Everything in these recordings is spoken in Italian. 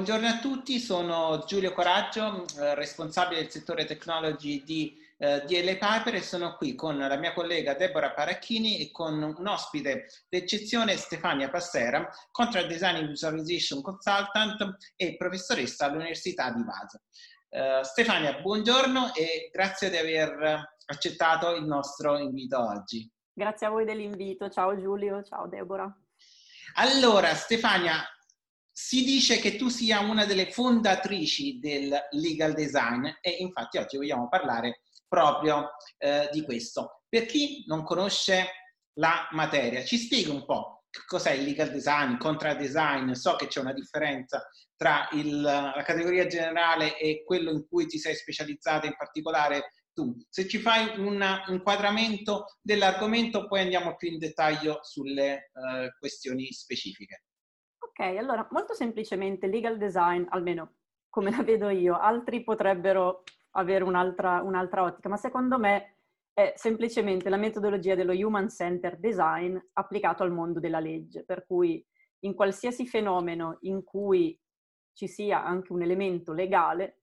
Buongiorno a tutti, sono Giulio Coraggio, responsabile del settore technology di DL Piper e sono qui con la mia collega Deborah Paracchini e con un ospite d'eccezione Stefania Passera, Contract Design and Visualization Consultant e professoressa all'Università di Vaasa. Stefania, buongiorno e grazie di aver accettato il nostro invito oggi. Grazie a voi dell'invito, ciao Giulio, ciao Deborah. Allora, Stefania, si dice che tu sia una delle fondatrici del legal design e infatti oggi vogliamo parlare proprio di questo. Per chi non conosce la materia, ci spieghi un po' cos'è il legal design, contract design? So che c'è una differenza tra la categoria generale e quello in cui ti sei specializzata in particolare tu. Se ci fai un inquadramento dell'argomento, poi andiamo più in dettaglio sulle questioni specifiche. Ok, allora molto semplicemente legal design, almeno come la vedo io, altri potrebbero avere un'altra ottica, ma secondo me è semplicemente la metodologia dello human-centered design applicato al mondo della legge, per cui in qualsiasi fenomeno in cui ci sia anche un elemento legale,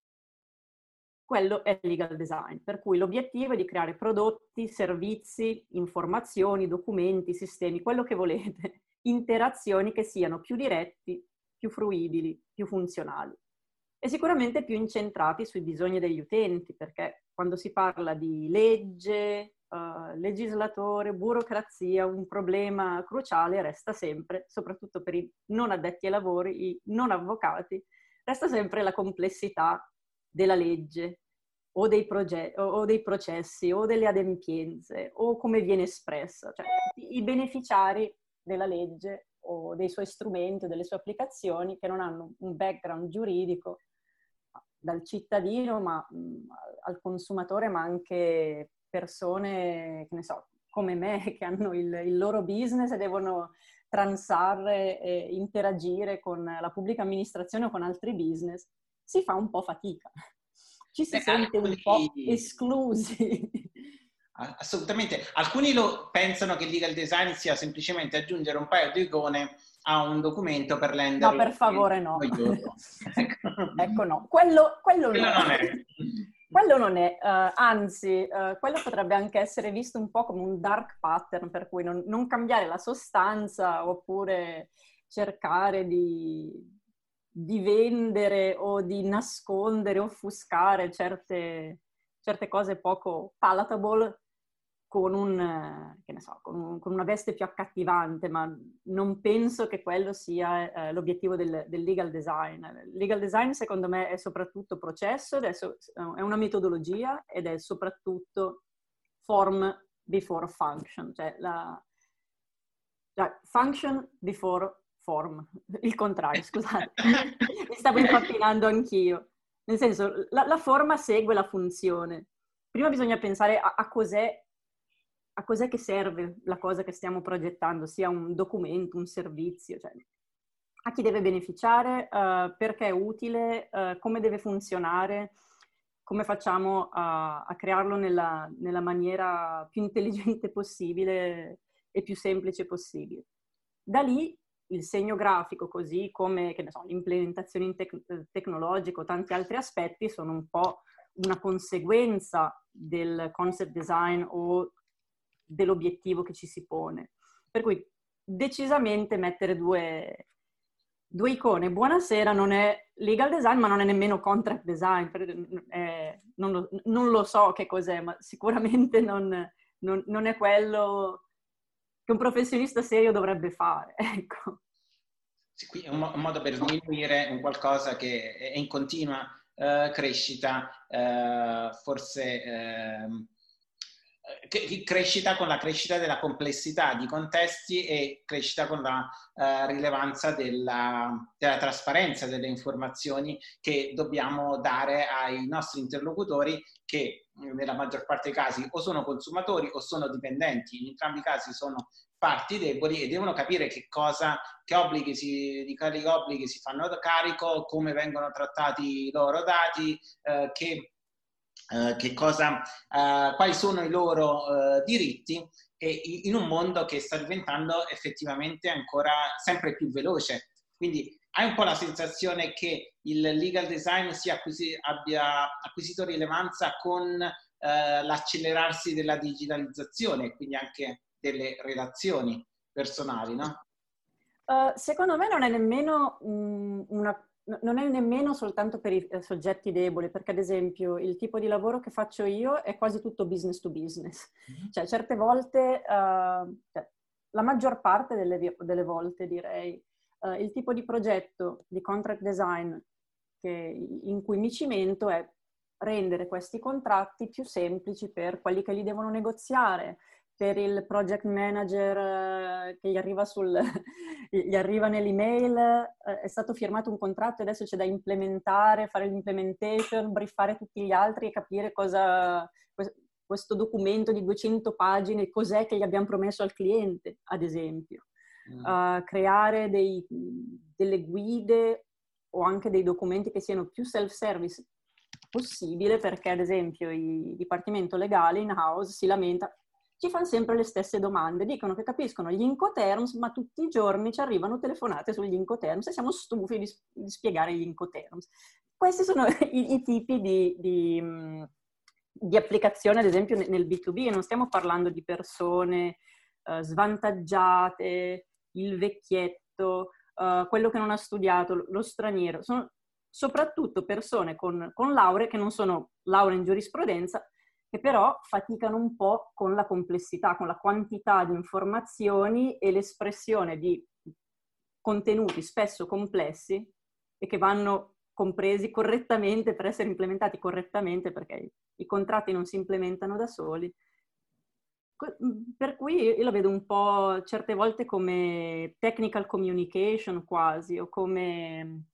quello è legal design, per cui l'obiettivo è di creare prodotti, servizi, informazioni, documenti, sistemi, quello che volete, interazioni che siano più diretti, più fruibili, più funzionali e sicuramente più incentrati sui bisogni degli utenti, perché quando si parla di legge, legislatore, burocrazia, un problema cruciale resta sempre, soprattutto per i non addetti ai lavori, i non avvocati, resta sempre la complessità della legge o dei processi o delle adempienze o come viene espressa. Cioè, i beneficiari della legge o dei suoi strumenti o delle sue applicazioni che non hanno un background giuridico dal cittadino al consumatore, ma anche persone, che ne so, come me, che hanno il loro business e devono transarre e interagire con la pubblica amministrazione o con altri business, si fa un po' fatica. Ci si sente un po' esclusi. Assolutamente. Alcuni pensano che il legal design sia semplicemente aggiungere un paio di icone a un documento per renderlo... No, per favore no. Ecco no. Quello no. Non è. Quello non è. Anzi, quello potrebbe anche essere visto un po' come un dark pattern, per cui non cambiare la sostanza oppure cercare di vendere o di nascondere, offuscare certe cose poco palatable con una veste più accattivante, ma non penso che quello sia l'obiettivo del legal design. Il legal design secondo me è soprattutto processo, è una metodologia ed è soprattutto form before function, cioè function before form, il contrario, scusate, mi stavo impappinando anch'io. Nel senso, la forma segue la funzione. Prima bisogna pensare a cos'è che serve la cosa che stiamo progettando, sia un documento, un servizio, cioè a chi deve beneficiare, perché è utile, come deve funzionare, come facciamo a crearlo nella maniera più intelligente possibile e più semplice possibile. Da lì il segno grafico, così come l'implementazione tecnologica o tanti altri aspetti, sono un po' una conseguenza del concept design o dell'obiettivo che ci si pone. Per cui decisamente mettere due icone, buonasera, non è legal design, ma non è nemmeno contract design. Non lo so che cos'è, ma sicuramente non è quello che un professionista serio dovrebbe fare, ecco. Sì, qui è un modo per sminuire un qualcosa che è in continua crescita, crescita con la crescita della complessità di contesti e crescita con la rilevanza della trasparenza delle informazioni che dobbiamo dare ai nostri interlocutori, che nella maggior parte dei casi o sono consumatori o sono dipendenti, in entrambi i casi sono parti deboli e devono capire di quali obblighi si fanno carico, come vengono trattati i loro dati, quali sono i loro diritti, e in un mondo che sta diventando effettivamente ancora sempre più veloce, Quindi hai un po' la sensazione che il legal design abbia acquisito rilevanza con l'accelerarsi della digitalizzazione e quindi anche delle relazioni personali, no? Secondo me non è nemmeno non è nemmeno soltanto per i soggetti deboli, perché ad esempio il tipo di lavoro che faccio io è quasi tutto business to business. Cioè certe volte, cioè, la maggior parte delle volte direi, il tipo di progetto di contract design in cui mi cimento è rendere questi contratti più semplici per quelli che li devono negoziare, per il project manager che gli arriva nell'email, è stato firmato un contratto e adesso c'è da implementare, fare l'implementation, briefare tutti gli altri e capire questo documento di 200 pagine, cos'è che gli abbiamo promesso al cliente, ad esempio. Creare delle guide o anche dei documenti che siano più self-service possibile, perché ad esempio il dipartimento legale in-house si lamenta, ci fanno sempre le stesse domande, dicono che capiscono gli Incoterms, ma tutti i giorni ci arrivano telefonate sugli Incoterms e siamo stufi di spiegare gli Incoterms. Questi sono i tipi di applicazione, ad esempio nel B2B, non stiamo parlando di persone svantaggiate, il vecchietto, quello che non ha studiato, lo straniero, sono soprattutto persone con lauree che non sono lauree in giurisprudenza, che però faticano un po' con la complessità, con la quantità di informazioni e l'espressione di contenuti spesso complessi e che vanno compresi correttamente per essere implementati correttamente, perché i contratti non si implementano da soli. Per cui io la vedo un po' certe volte come technical communication quasi, o come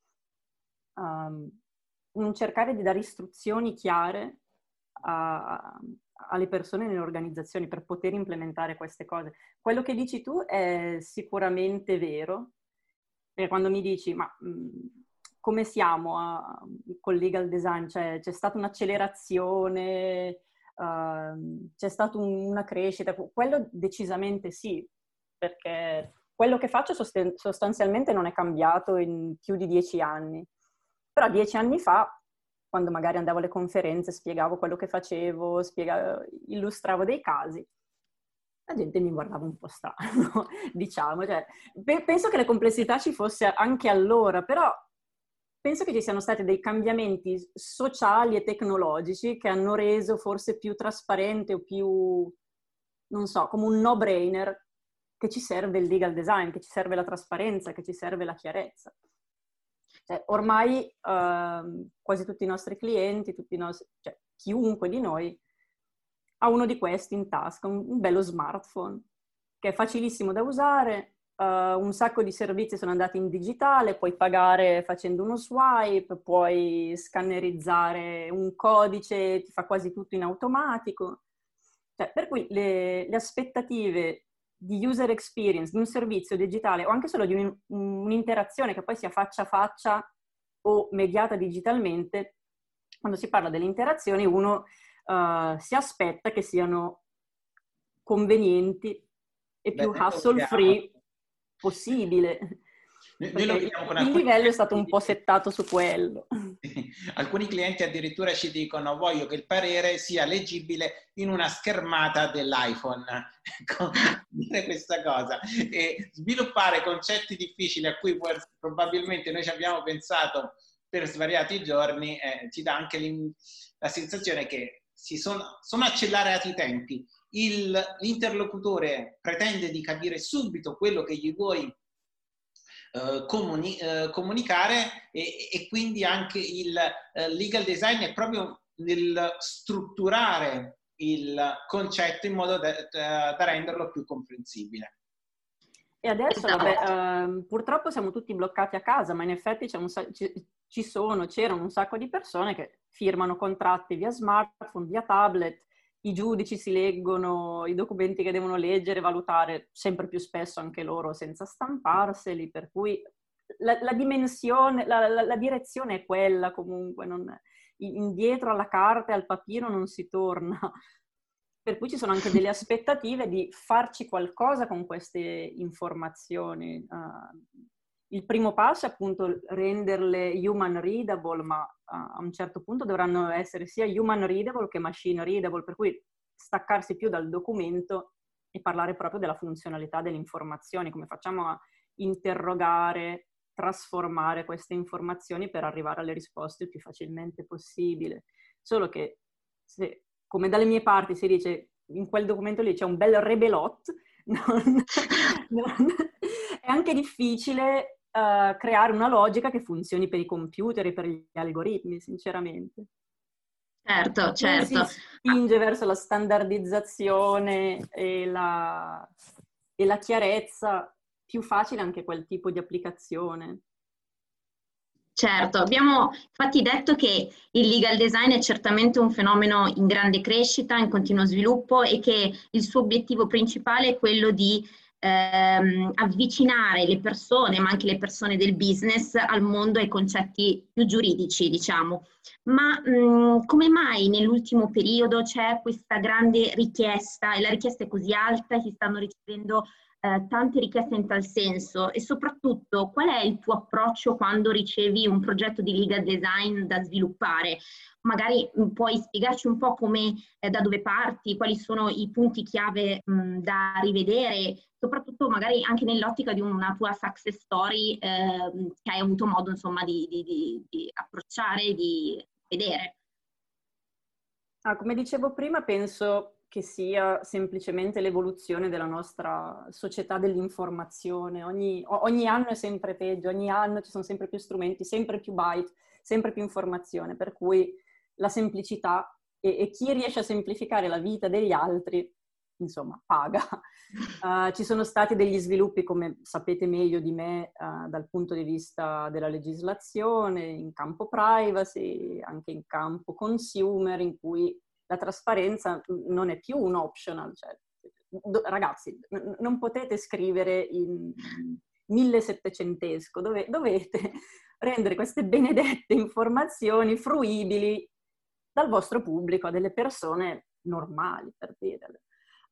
un cercare di dare istruzioni chiare alle persone nelle organizzazioni per poter implementare queste cose. Quello che dici tu è sicuramente vero, perché quando mi dici ma come siamo col legal design, cioè, c'è stata un'accelerazione, c'è stata una crescita, quello decisamente sì, perché quello che faccio sostanzialmente non è cambiato in più di 10 anni. Però 10 anni fa, quando magari andavo alle conferenze, spiegavo quello che facevo, illustravo dei casi, la gente mi guardava un po' strano, diciamo. Cioè, penso che la complessità ci fosse anche allora, però penso che ci siano stati dei cambiamenti sociali e tecnologici che hanno reso forse più trasparente o più, non so, come un no-brainer che ci serve il legal design, che ci serve la trasparenza, che ci serve la chiarezza. Ormai quasi tutti i nostri clienti, cioè, chiunque di noi ha uno di questi in tasca, un bello smartphone, che è facilissimo da usare, un sacco di servizi sono andati in digitale, puoi pagare facendo uno swipe, puoi scannerizzare un codice, ti fa quasi tutto in automatico. Cioè, per cui le aspettative di user experience, di un servizio digitale o anche solo di un'interazione che poi sia faccia a faccia o mediata digitalmente, quando si parla delle interazioni uno si aspetta che siano convenienti e più hassle free possibile. Il livello è stato un po' settato su quello. Alcuni clienti addirittura ci dicono: voglio che il parere sia leggibile in una schermata dell'iPhone. Dire questa cosa e sviluppare concetti difficili a cui probabilmente noi ci abbiamo pensato per svariati giorni, ci dà anche la sensazione che sono accelerati i tempi. L'interlocutore pretende di capire subito quello che gli vuoi comunicare e quindi anche il legal design è proprio nel strutturare il concetto in modo da renderlo più comprensibile. E adesso, vabbè, purtroppo siamo tutti bloccati a casa, ma in effetti c'erano un sacco di persone che firmano contratti via smartphone, via tablet, i giudici si leggono i documenti che devono leggere, valutare sempre più spesso anche loro senza stamparseli, per cui la dimensione, la direzione è quella comunque, indietro alla carta e al papiro non si torna. Per cui ci sono anche delle aspettative di farci qualcosa con queste informazioni. il primo passo è appunto renderle human readable, ma a un certo punto dovranno essere sia human readable che machine readable, per cui staccarsi più dal documento e parlare proprio della funzionalità delle informazioni, come facciamo a interrogare, trasformare queste informazioni per arrivare alle risposte il più facilmente possibile. Solo che, come dalle mie parti si dice, in quel documento lì c'è un bel rebelot, è anche difficile creare una logica che funzioni per i computer e per gli algoritmi, sinceramente. Certo, Più si spinge verso la standardizzazione e la chiarezza, più facile anche quel tipo di applicazione. Certo, abbiamo infatti detto che il legal design è certamente un fenomeno in grande crescita, in continuo sviluppo, e che il suo obiettivo principale è quello di avvicinare le persone, ma anche le persone del business, al mondo e ai concetti più giuridici, diciamo. Ma come mai nell'ultimo periodo c'è questa grande richiesta, e la richiesta è così alta e si stanno ricevendo tante richieste in tal senso? E soprattutto, qual è il tuo approccio quando ricevi un progetto di legal design da sviluppare? Magari puoi spiegarci un po' come, da dove parti, quali sono i punti chiave da rivedere, soprattutto magari anche nell'ottica di una tua success story che hai avuto modo, insomma, di approcciare, di vedere. Come dicevo prima, penso che sia semplicemente l'evoluzione della nostra società dell'informazione. Ogni anno è sempre peggio, ogni anno ci sono sempre più strumenti, sempre più byte, sempre più informazione, per cui la semplicità e chi riesce a semplificare la vita degli altri, insomma, paga. Ci sono stati degli sviluppi, come sapete meglio di me, dal punto di vista della legislazione, in campo privacy, anche in campo consumer, in cui la trasparenza non è più un optional. Cioè, ragazzi, non potete scrivere in 1700esco, dovete rendere queste benedette informazioni fruibili dal vostro pubblico, a delle persone normali, per dire.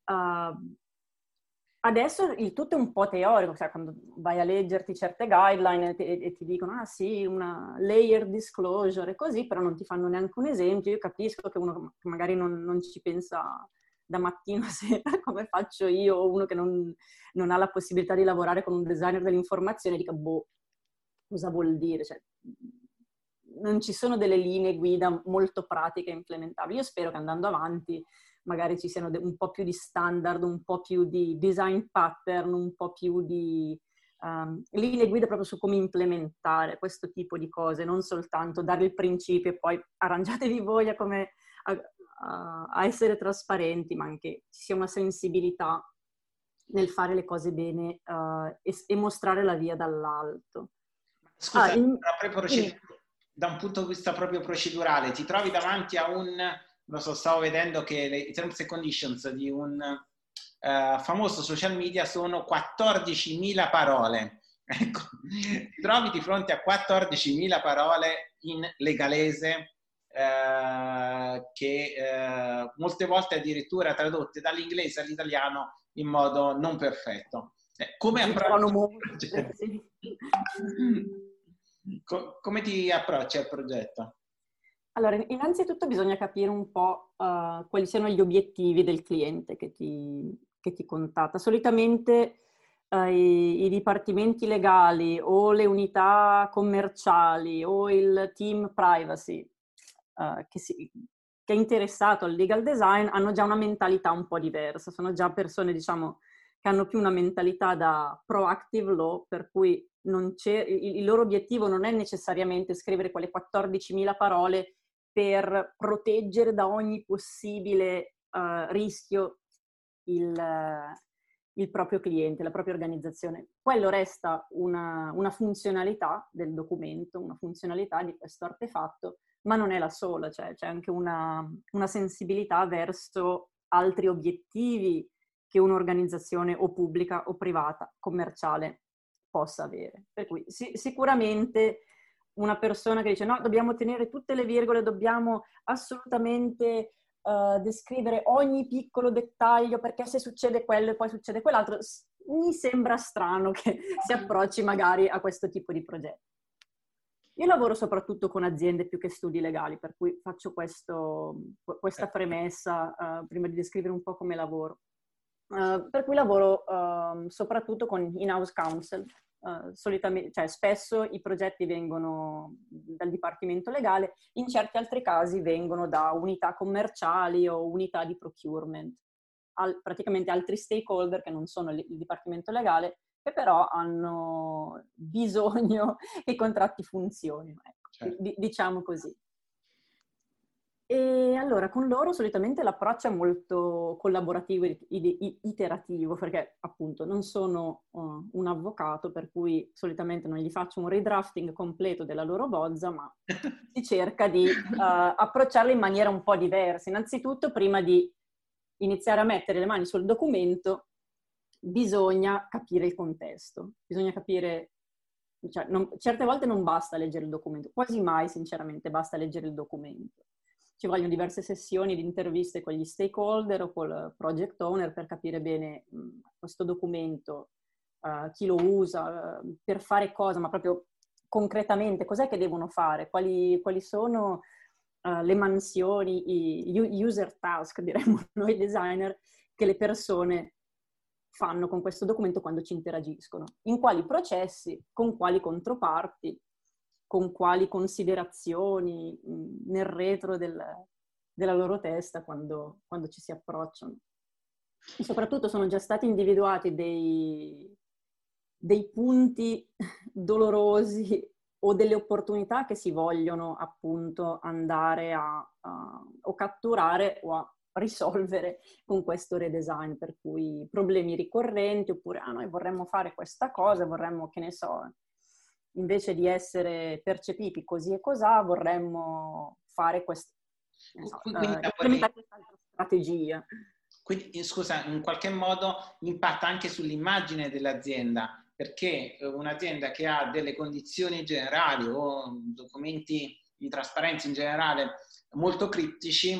Adesso il tutto è un po' teorico, cioè quando vai a leggerti certe guideline e ti dicono sì, una layer disclosure e così, però non ti fanno neanche un esempio. Io capisco che uno che magari non ci pensa da mattino a sera come faccio io, o uno che non ha la possibilità di lavorare con un designer dell'informazione, dica cosa vuol dire? Cioè, non ci sono delle linee guida molto pratiche e implementabili. Io spero che andando avanti magari ci siano un po' più di standard, un po' più di design pattern, un po' più di linee guida proprio su come implementare questo tipo di cose, non soltanto dare il principio e poi arrangiatevi voi a essere trasparenti, ma anche ci sia una sensibilità nel fare le cose bene e mostrare la via dall'alto. Scusa, da un punto di vista proprio procedurale, ti trovi davanti a stavo vedendo che i terms and conditions di un famoso social media sono 14.000 parole. Ecco, ti trovi di fronte a 14.000 parole in legalese che molte volte addirittura tradotte dall'inglese all'italiano in modo non perfetto. Come ti approcci al progetto? Allora, innanzitutto bisogna capire un po' quali siano gli obiettivi del cliente che ti contatta. Solitamente i dipartimenti legali o le unità commerciali o il team privacy che è interessato al legal design hanno già una mentalità un po' diversa. Sono già persone, diciamo, che hanno più una mentalità da proactive law, per cui il loro obiettivo non è necessariamente scrivere quelle 14.000 parole per proteggere da ogni possibile rischio il proprio cliente, la propria organizzazione. Quello resta una funzionalità del documento, una funzionalità di questo artefatto, ma non è la sola, cioè c'è anche una sensibilità verso altri obiettivi che un'organizzazione o pubblica o privata, commerciale, possa avere. Per cui sicuramente una persona che dice no, dobbiamo tenere tutte le virgole, dobbiamo assolutamente descrivere ogni piccolo dettaglio, perché se succede quello e poi succede quell'altro, mi sembra strano che si approcci magari a questo tipo di progetto. Io lavoro soprattutto con aziende più che studi legali, per cui faccio questa premessa prima di descrivere un po' come lavoro. Per cui lavoro soprattutto con in-house counsel. Solitamente, cioè spesso i progetti vengono dal dipartimento legale, in certi altri casi vengono da unità commerciali o unità di procurement, praticamente altri stakeholder che non sono il dipartimento legale, che però hanno bisogno che i contratti funzionino, ecco, certo. Diciamo così. E allora con loro solitamente l'approccio è molto collaborativo e iterativo, perché appunto non sono un avvocato, per cui solitamente non gli faccio un redrafting completo della loro bozza, ma si cerca di approcciarla in maniera un po' diversa. Innanzitutto, prima di iniziare a mettere le mani sul documento, bisogna capire il contesto, bisogna capire, cioè, certe volte non basta leggere il documento, quasi mai sinceramente basta leggere il documento. Ci vogliono diverse sessioni di interviste con gli stakeholder o col project owner per capire bene questo documento, chi lo usa, per fare cosa, ma proprio concretamente cos'è che devono fare, quali sono le mansioni, i user task, diremmo noi designer, che le persone fanno con questo documento quando ci interagiscono, in quali processi, con quali controparti, con quali considerazioni nel retro della loro testa quando ci si approcciano. E soprattutto sono già stati individuati dei punti dolorosi o delle opportunità che si vogliono appunto andare o catturare o a risolvere con questo redesign, per cui problemi ricorrenti, oppure noi vorremmo fare questa cosa, vorremmo, che ne so, invece di essere percepiti così e cosà, vorremmo fare questa strategia. Quindi, scusa, in qualche modo impatta anche sull'immagine dell'azienda, perché un'azienda che ha delle condizioni generali o documenti di trasparenza in generale molto criptici,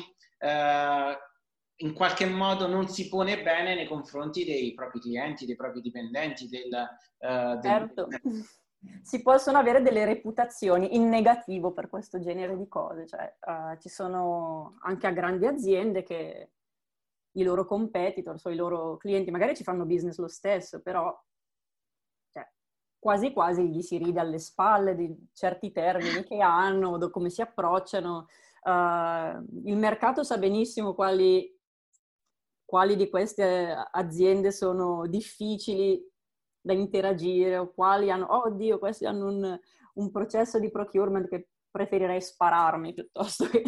in qualche modo non si pone bene nei confronti dei propri clienti, dei propri dipendenti, certo. Si possono avere delle reputazioni in negativo per questo genere di cose, cioè ci sono anche a grandi aziende che i loro competitor, i loro clienti magari ci fanno business lo stesso, però cioè, quasi quasi gli si ride alle spalle di certi termini che hanno, come si approcciano. Il mercato sa benissimo quali di queste aziende sono difficili da interagire o quali hanno, oddio, questi hanno un processo di procurement che preferirei spararmi piuttosto che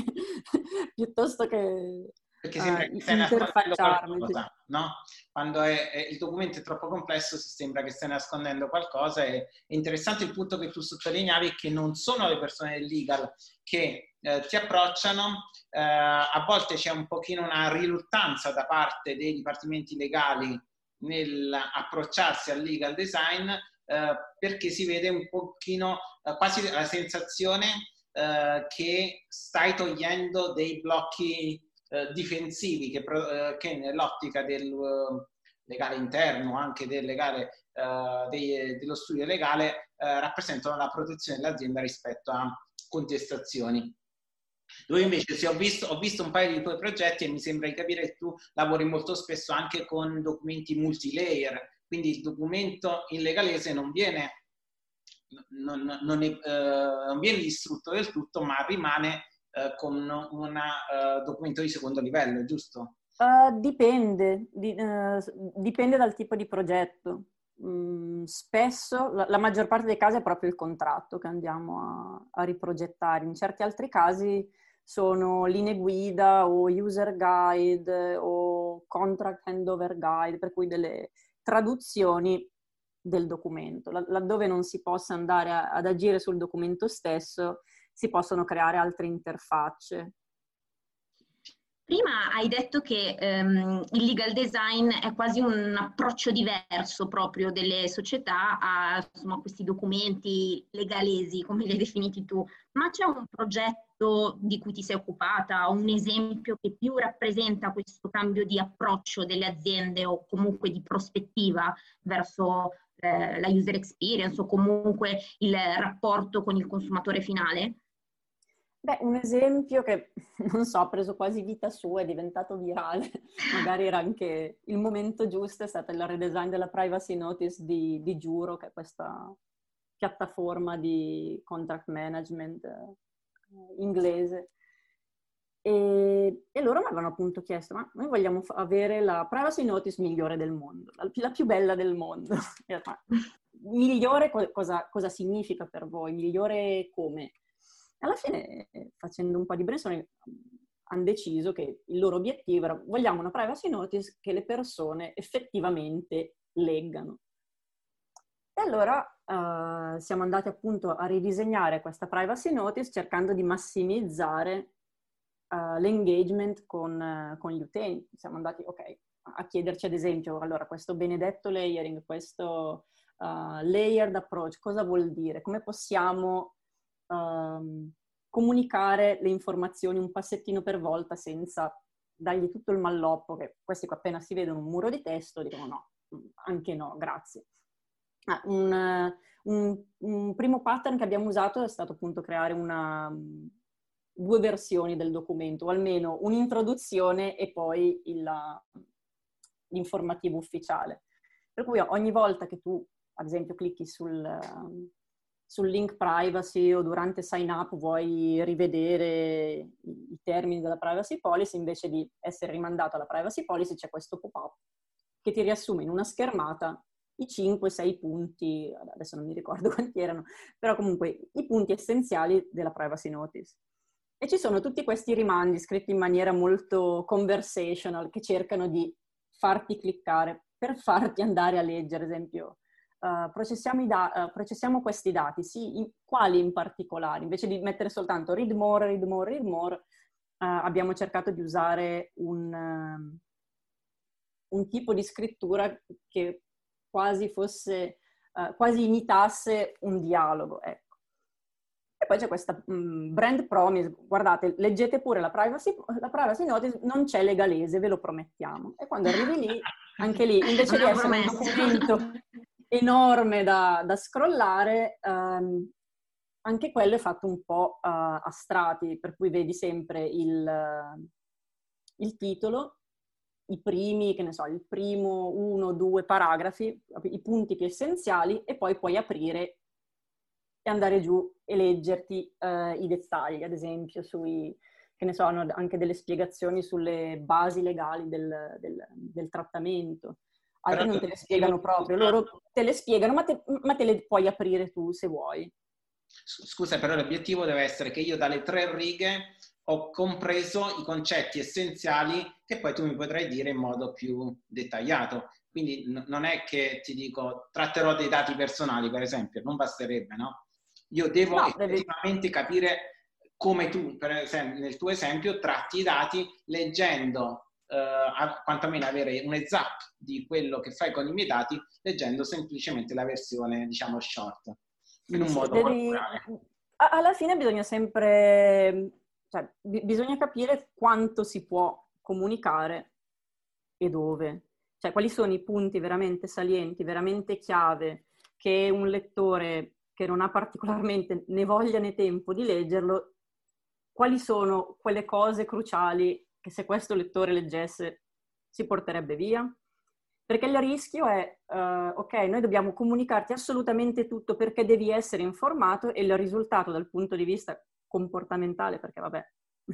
perché sembra che stai nascondendo qualcosa, no? Quando il documento è troppo complesso sembra che stai nascondendo qualcosa. È interessante il punto che tu sottolineavi, che non sono le persone del legal che ti approcciano, a volte c'è un pochino una riluttanza da parte dei dipartimenti legali nell'approcciarsi al legal design, perché si vede un pochino quasi la sensazione che stai togliendo dei blocchi difensivi che nell'ottica del legale interno, anche del legale dello studio legale, rappresentano la protezione dell'azienda rispetto a contestazioni. Dove invece ho visto un paio di tuoi progetti e mi sembra di capire che tu lavori molto spesso anche con documenti multilayer, quindi il documento in legalese non viene distrutto del tutto, ma rimane con un documento di secondo livello, giusto? Dipende dal tipo di progetto. Spesso, la maggior parte dei casi è proprio il contratto che andiamo a riprogettare. In certi altri casi sono linee guida o user guide o contract handover guide, per cui delle traduzioni del documento. Laddove non si possa andare ad agire sul documento stesso, si possono creare altre interfacce. Prima hai detto che il legal design è quasi un approccio diverso proprio delle società a insomma, questi documenti legalesi, come li hai definiti tu, ma c'è un progetto di cui ti sei occupata, un esempio che più rappresenta questo cambio di approccio delle aziende o comunque di prospettiva verso la user experience o comunque il rapporto con il consumatore finale? Beh, un esempio che, non so, ha preso quasi vita sua, è diventato virale, magari era anche il momento giusto, è stato il redesign della privacy notice di Juro, che è questa piattaforma di contract management inglese. E loro mi avevano appunto chiesto, ma noi vogliamo avere la privacy notice migliore del mondo, la più bella del mondo. Ma migliore cosa significa per voi? Migliore come? Alla fine, facendo un po' di brainstorming, hanno deciso che il loro obiettivo era: vogliamo una privacy notice che le persone effettivamente leggano. E allora siamo andati appunto a ridisegnare questa privacy notice cercando di massimizzare l'engagement con gli utenti. Siamo andati, a chiederci ad esempio, allora, questo benedetto layering, questo layered approach, cosa vuol dire? Come possiamo comunicare le informazioni un passettino per volta senza dargli tutto il malloppo, che questi qua appena si vedono un muro di testo dicono no, anche no, grazie. Un primo pattern che abbiamo usato è stato appunto creare due versioni del documento, o almeno un'introduzione e poi l'informativo ufficiale. Per cui ogni volta che tu, ad esempio, clicchi sul link privacy o durante sign up vuoi rivedere i termini della privacy policy, invece di essere rimandato alla privacy policy c'è questo pop-up che ti riassume in una schermata i 5-6 punti, adesso non mi ricordo quanti erano, però comunque i punti essenziali della privacy notice. E ci sono tutti questi rimandi scritti in maniera molto conversational che cercano di farti cliccare per farti andare a leggere, ad esempio, processiamo questi dati, sì, quali in particolare? Invece di mettere soltanto read more, read more, read more, abbiamo cercato di usare un tipo di scrittura che quasi imitasse un dialogo, ecco. E poi c'è questa brand promise, guardate, leggete pure la privacy notice, non c'è legalese, ve lo promettiamo. E quando arrivi lì, anche lì, invece di essere un documento enorme da scrollare, anche quello è fatto un po' a strati, per cui vedi sempre il titolo, i primi, che ne so, il primo 1-2 paragrafi, i punti più essenziali, e poi puoi aprire e andare giù e leggerti i dettagli, ad esempio che ne so, hanno anche delle spiegazioni sulle basi legali del trattamento. Altri non te le spiegano proprio, loro te le spiegano, ma te le puoi aprire tu se vuoi. Scusa, però l'obiettivo deve essere che io dalle 3 righe ho compreso i concetti essenziali che poi tu mi potrai dire in modo più dettagliato. Quindi non è che ti dico tratterò dei dati personali, per esempio, non basterebbe, no? Io devo effettivamente capire come tu, per esempio, nel tuo esempio, tratti i dati leggendo, quantomeno avere un heads up di quello che fai con i miei dati, leggendo semplicemente la versione, diciamo, short. In un modo naturale. Alla fine bisogna sempre, cioè, bisogna capire quanto si può comunicare e dove. Cioè, quali sono i punti veramente salienti, veramente chiave, che un lettore che non ha particolarmente né voglia né tempo di leggerlo, quali sono quelle cose cruciali che se questo lettore leggesse si porterebbe via? Perché il rischio è, ok, noi dobbiamo comunicarti assolutamente tutto perché devi essere informato, e il risultato dal punto di vista comportamentale, perché vabbè,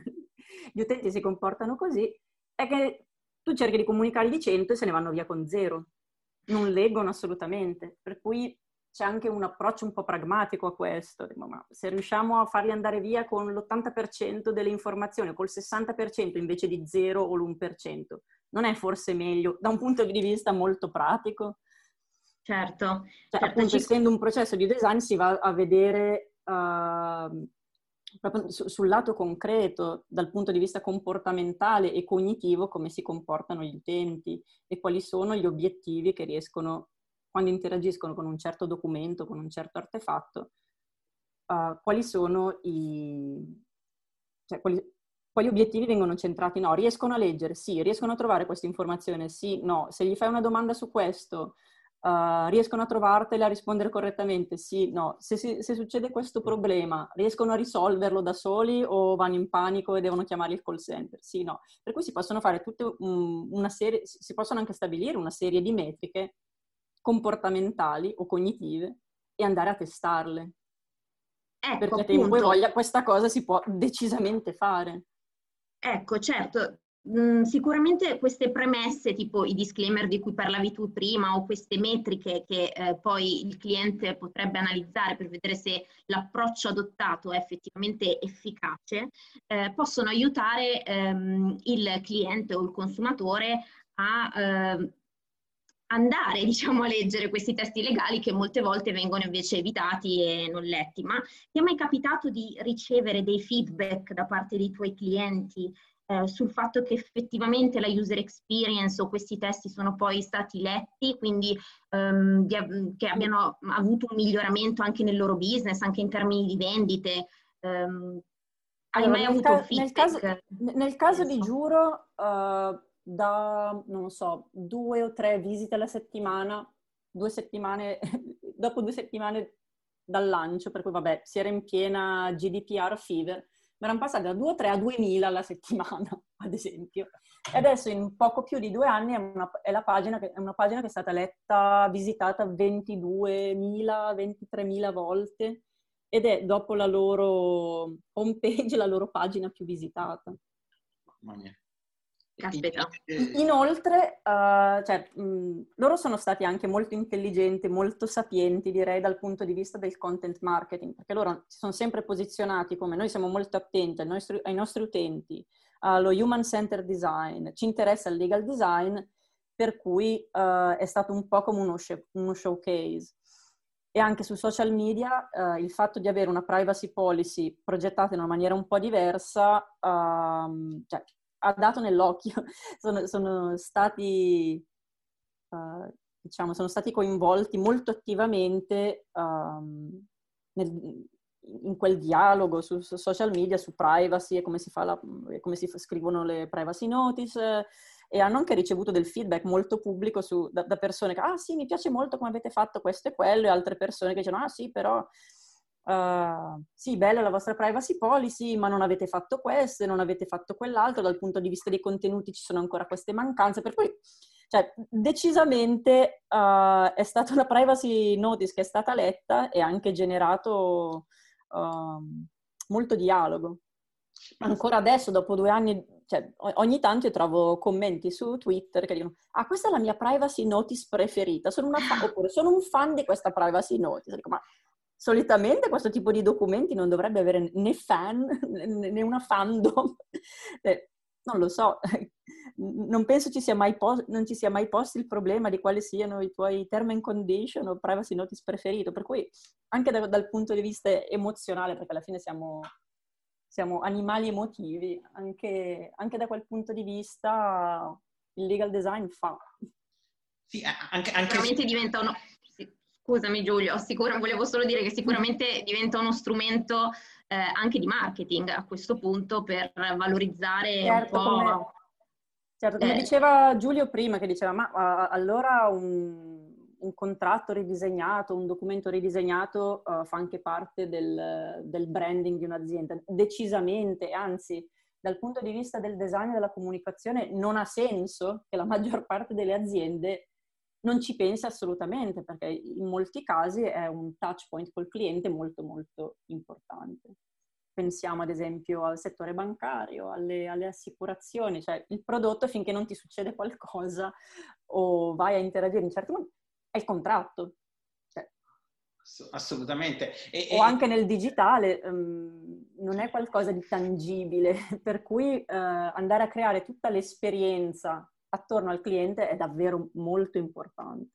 gli utenti si comportano così, è che tu cerchi di comunicare di 100 e se ne vanno via con 0. Non leggono assolutamente, per cui c'è anche un approccio un po' pragmatico a questo. Ma se riusciamo a farli andare via con l'80% delle informazioni, col 60% invece di 0 o l'1%, non è forse meglio da un punto di vista molto pratico? Certo. Cioè, appunto, essendo un processo di design si va a vedere proprio sul lato concreto, dal punto di vista comportamentale e cognitivo, come si comportano gli utenti e quali sono gli obiettivi che riescono, quando interagiscono con un certo documento, con un certo artefatto, quali sono cioè, quali obiettivi vengono centrati? No, riescono a leggere? Sì. Riescono a trovare questa informazione? Sì, no. Se gli fai una domanda su questo, riescono a trovartela e a rispondere correttamente? Sì, no. Se succede questo problema, riescono a risolverlo da soli o vanno in panico e devono chiamare il call center? Sì, no. Per cui si possono fare una serie, si possono anche stabilire una serie di metriche comportamentali o cognitive e andare a testarle. Ecco, Perché a appunto. tempo e voglia questa cosa si può decisamente fare. Ecco, certo, sicuramente queste premesse, tipo i disclaimer di cui parlavi tu prima, o queste metriche che poi il cliente potrebbe analizzare per vedere se l'approccio adottato è effettivamente efficace, possono aiutare il cliente o il consumatore a andare, diciamo, a leggere questi testi legali che molte volte vengono invece evitati e non letti. Ma ti è mai capitato di ricevere dei feedback da parte dei tuoi clienti sul fatto che effettivamente la user experience o questi testi sono poi stati letti, quindi che abbiano avuto un miglioramento anche nel loro business, anche in termini di vendite? Hai mai avuto feedback? Nel caso di Giuro, da, non lo so, 2 o 3 visite alla settimana, 2 settimane, dopo 2 settimane dal lancio, per cui vabbè, si era in piena GDPR fever, ma erano passati da 2 o 3 a 2000 alla settimana, ad esempio. E adesso in poco più di 2 anni è una pagina che è stata letta, visitata 22.000, 23.000 volte, ed è dopo la loro homepage la loro pagina più visitata. Mamma mia. Caspita. Inoltre, loro sono stati anche molto intelligenti, molto sapienti, direi, dal punto di vista del content marketing, perché loro si sono sempre posizionati come noi siamo molto attenti ai nostri utenti, allo human-centered design, ci interessa il legal design, per cui è stato un po' come uno showcase. E anche su social media il fatto di avere una privacy policy progettata in una maniera un po' diversa, ha dato nell'occhio. Sono stati coinvolti molto attivamente in quel dialogo su social media, su privacy e come si scrivono le privacy notice, e hanno anche ricevuto del feedback molto pubblico da persone che sì, mi piace molto come avete fatto questo e quello, e altre persone che dicono sì, però sì, bella la vostra privacy policy, ma non avete fatto questo e non avete fatto quell'altro, dal punto di vista dei contenuti ci sono ancora queste mancanze, per cui decisamente è stata una privacy notice che è stata letta e ha anche generato molto dialogo. Ancora adesso, dopo 2 anni, ogni tanto io trovo commenti su Twitter che dicono questa è la mia privacy notice preferita, oppure sono un fan di questa privacy notice. Dico, ma solitamente questo tipo di documenti non dovrebbe avere né fan né una fandom. Non lo so, non penso non ci sia mai posto il problema di quali siano i tuoi term and condition o privacy notice preferito, per cui anche dal punto di vista emozionale, perché alla fine siamo animali emotivi, anche da quel punto di vista il legal design fa. Sì, anche sicuramente diventa Scusami Giulio, volevo solo dire che sicuramente diventa uno strumento anche di marketing a questo punto per valorizzare un po'... Come diceva Giulio prima, che diceva, ma allora un contratto ridisegnato, un documento ridisegnato fa anche parte del branding di un'azienda. Decisamente, anzi, dal punto di vista del design e della comunicazione non ha senso che la maggior parte delle aziende non ci pensa assolutamente, perché in molti casi è un touch point col cliente molto molto importante. Pensiamo ad esempio al settore bancario, alle assicurazioni, cioè il prodotto, finché non ti succede qualcosa o vai a interagire in certi momenti, è il contratto. Assolutamente. O anche nel digitale non è qualcosa di tangibile, per cui andare a creare tutta l'esperienza attorno al cliente è davvero molto importante.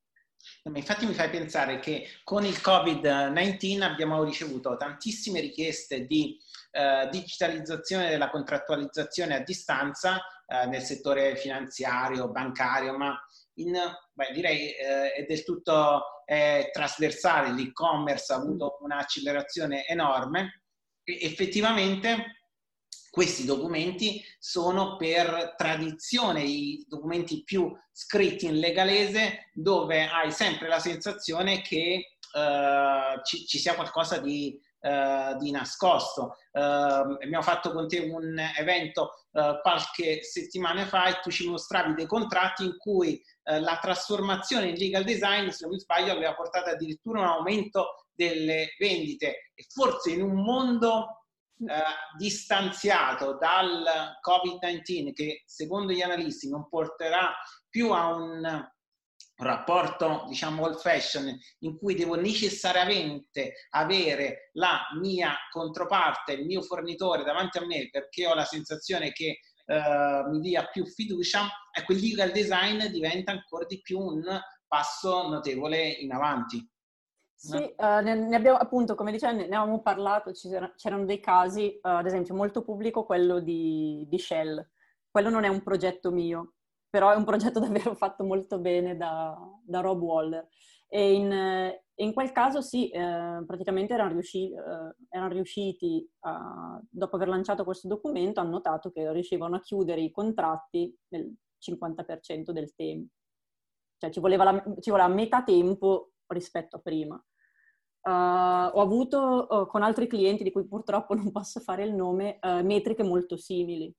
Ma infatti mi fai pensare che con il Covid-19 abbiamo ricevuto tantissime richieste di digitalizzazione della contrattualizzazione a distanza nel settore finanziario, bancario, ma direi è del tutto trasversale. L'e-commerce ha avuto un'accelerazione enorme e effettivamente questi documenti sono per tradizione i documenti più scritti in legalese, dove hai sempre la sensazione che ci sia qualcosa di nascosto. Abbiamo fatto con te un evento qualche settimana fa e tu ci mostravi dei contratti in cui la trasformazione in legal design, se non mi sbaglio, aveva portato addirittura un aumento delle vendite, e forse in un mondo distanziato dal Covid-19, che secondo gli analisti non porterà più a un rapporto, diciamo, old fashion, in cui devo necessariamente avere la mia controparte, il mio fornitore davanti a me perché ho la sensazione che mi dia più fiducia, ecco, il legal design diventa ancora di più un passo notevole in avanti. Sì, ne abbiamo appunto, come dicevo, ne avevamo parlato, c'erano dei casi, ad esempio molto pubblico quello di Shell. Quello non è un progetto mio, però è un progetto davvero fatto molto bene da Rob Waller. E in quel caso sì, praticamente erano riusciti, dopo aver lanciato questo documento, hanno notato che riuscivano a chiudere i contratti nel 50% del tempo. Cioè ci voleva metà tempo rispetto a prima. Ho avuto con altri clienti, di cui purtroppo non posso fare il nome, metriche molto simili,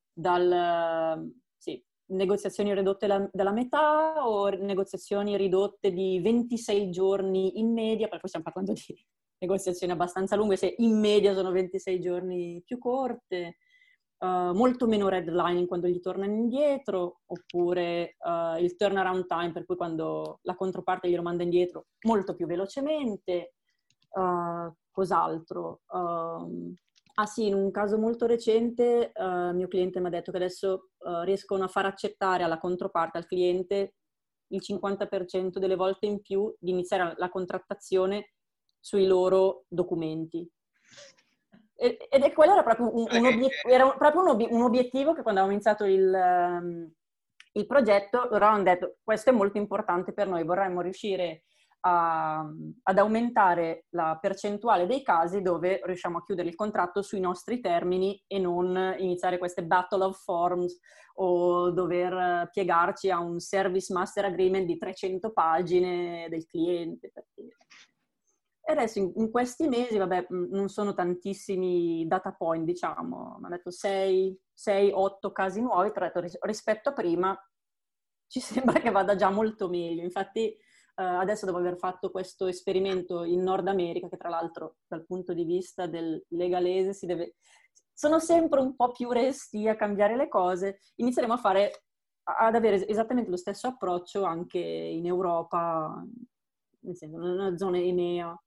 negoziazioni ridotte della metà o negoziazioni ridotte di 26 giorni in media, perché stiamo parlando di negoziazioni abbastanza lunghe, se in media sono 26 giorni più corte, molto meno redlining quando gli tornano indietro, oppure il turnaround time, per cui quando la controparte glielo manda indietro molto più velocemente. Cos'altro? Sì, in un caso molto recente il mio cliente mi ha detto che adesso riescono a far accettare alla controparte, al cliente, il 50% delle volte in più di iniziare la contrattazione sui loro documenti. Ed quello era proprio un obiettivo che quando avevamo iniziato il progetto, loro hanno detto: questo è molto importante per noi, vorremmo riuscire ad aumentare la percentuale dei casi dove riusciamo a chiudere il contratto sui nostri termini e non iniziare queste battle of forms o dover piegarci a un service master agreement di 300 pagine del cliente, per dire. E adesso in questi mesi, vabbè, non sono tantissimi data point, diciamo, mi hanno detto 6-8 casi nuovi, però rispetto a prima ci sembra che vada già molto meglio. Infatti adesso, dopo aver fatto questo esperimento in Nord America, che tra l'altro dal punto di vista del legalese sono sempre un po' più resti a cambiare le cose, inizieremo ad avere esattamente lo stesso approccio anche in Europa, nel senso, nella zona EMEA.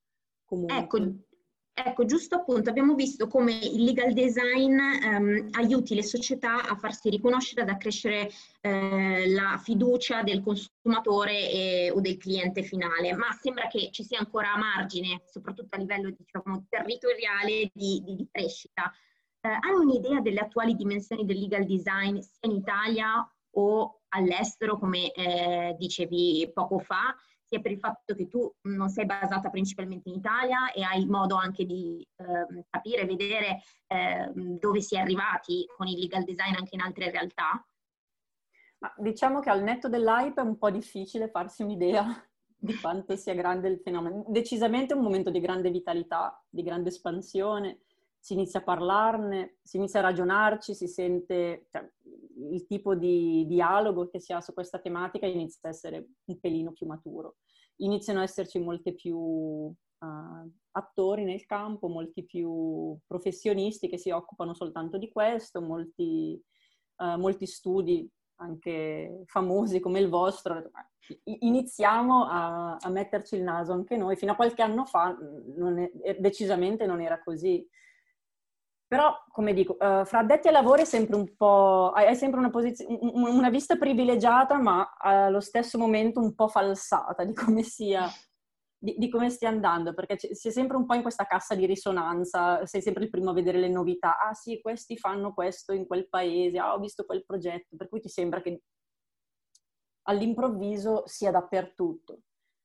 Ecco, giusto appunto, abbiamo visto come il legal design aiuti le società a farsi riconoscere, ad accrescere la fiducia del consumatore o del cliente finale, ma sembra che ci sia ancora margine, soprattutto a livello, diciamo, territoriale, di crescita. Hai un'idea delle attuali dimensioni del legal design sia in Italia o all'estero, come dicevi poco fa? Sia per il fatto che tu non sei basata principalmente in Italia e hai modo anche di capire, vedere dove si è arrivati con il legal design anche in altre realtà? Ma diciamo che al netto dell'hype è un po' difficile farsi un'idea di quanto sia grande il fenomeno. Decisamente è un momento di grande vitalità, di grande espansione, si inizia a parlarne, si inizia a ragionarci, si sente, cioè, il tipo di dialogo che si ha su questa tematica inizia a essere un pelino più maturo. Iniziano ad esserci molti più attori nel campo, molti più professionisti che si occupano soltanto di questo, molti studi anche famosi come il vostro. Iniziamo a metterci il naso anche noi. Fino a qualche anno fa decisamente non era così. Però, come dico, fra addetti ai lavori è sempre un po', hai sempre una vista privilegiata, ma allo stesso momento un po' falsata di come sia, di come stia andando, perché si è sempre un po' in questa cassa di risonanza, sei sempre il primo a vedere le novità. Ah sì, questi fanno questo in quel paese, ah ho visto quel progetto, per cui ti sembra che all'improvviso sia dappertutto.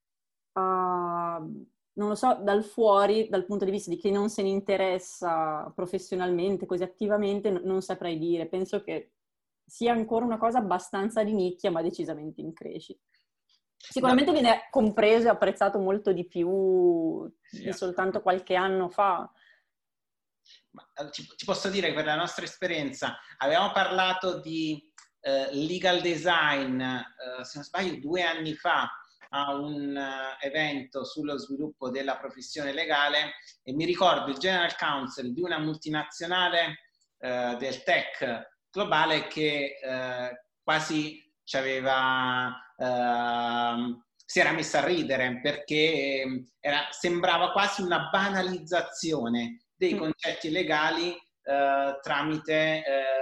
Non lo so, dal fuori, dal punto di vista di chi non se ne interessa professionalmente, così attivamente, non saprei dire. Penso che sia ancora una cosa abbastanza di nicchia, ma decisamente in crescita. Sicuramente viene compreso e apprezzato molto di più di soltanto qualche anno fa. Ti posso dire che per la nostra esperienza avevamo parlato di legal design, se non sbaglio, 2 anni fa, a un evento sullo sviluppo della professione legale, e mi ricordo il General Counsel di una multinazionale del tech globale che quasi ci aveva, si era messa a ridere perché sembrava quasi una banalizzazione dei concetti legali tramite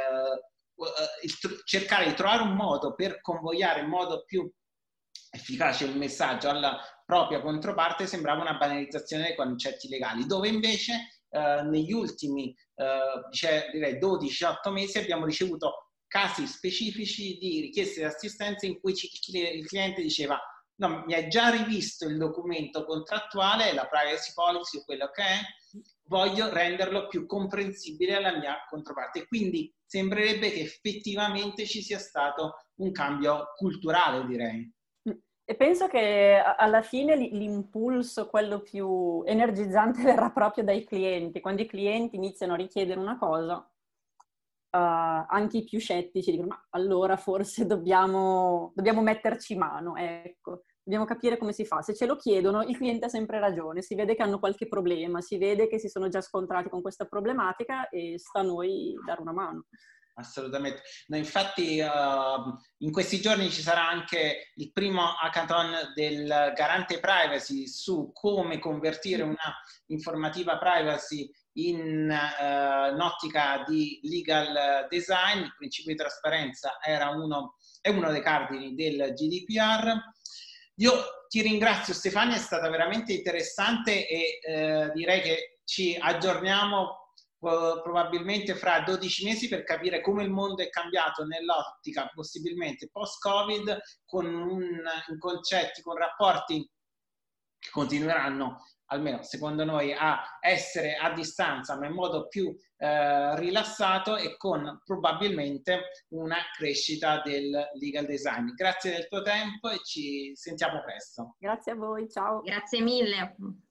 cercare di trovare un modo per convogliare in modo più efficace il messaggio alla propria controparte. Sembrava una banalizzazione dei concetti legali, dove invece negli ultimi direi 12-18 mesi abbiamo ricevuto casi specifici di richieste di assistenza in cui il cliente diceva: no, mi hai già rivisto il documento contrattuale, la privacy policy o quello che è, voglio renderlo più comprensibile alla mia controparte. Quindi sembrerebbe che effettivamente ci sia stato un cambio culturale, direi. E penso che alla fine l'impulso, quello più energizzante, verrà proprio dai clienti. Quando i clienti iniziano a richiedere una cosa, anche i più scettici dicono: ma allora forse dobbiamo metterci mano, ecco. Dobbiamo capire come si fa. Se ce lo chiedono, il cliente ha sempre ragione, si vede che hanno qualche problema, si vede che si sono già scontrati con questa problematica e sta a noi dare una mano. Assolutamente. No, infatti in questi giorni ci sarà anche il primo hackathon del Garante Privacy su come convertire una informativa privacy in un'ottica di legal design. Il principio di trasparenza è uno dei cardini del GDPR. Io ti ringrazio, Stefania, è stata veramente interessante e direi che ci aggiorniamo probabilmente fra 12 mesi per capire come il mondo è cambiato nell'ottica possibilmente post-Covid, con concetti, con rapporti che continueranno, almeno secondo noi, a essere a distanza ma in modo più rilassato, e con probabilmente una crescita del legal design. Grazie del tuo tempo e ci sentiamo presto. Grazie a voi, ciao. Grazie mille.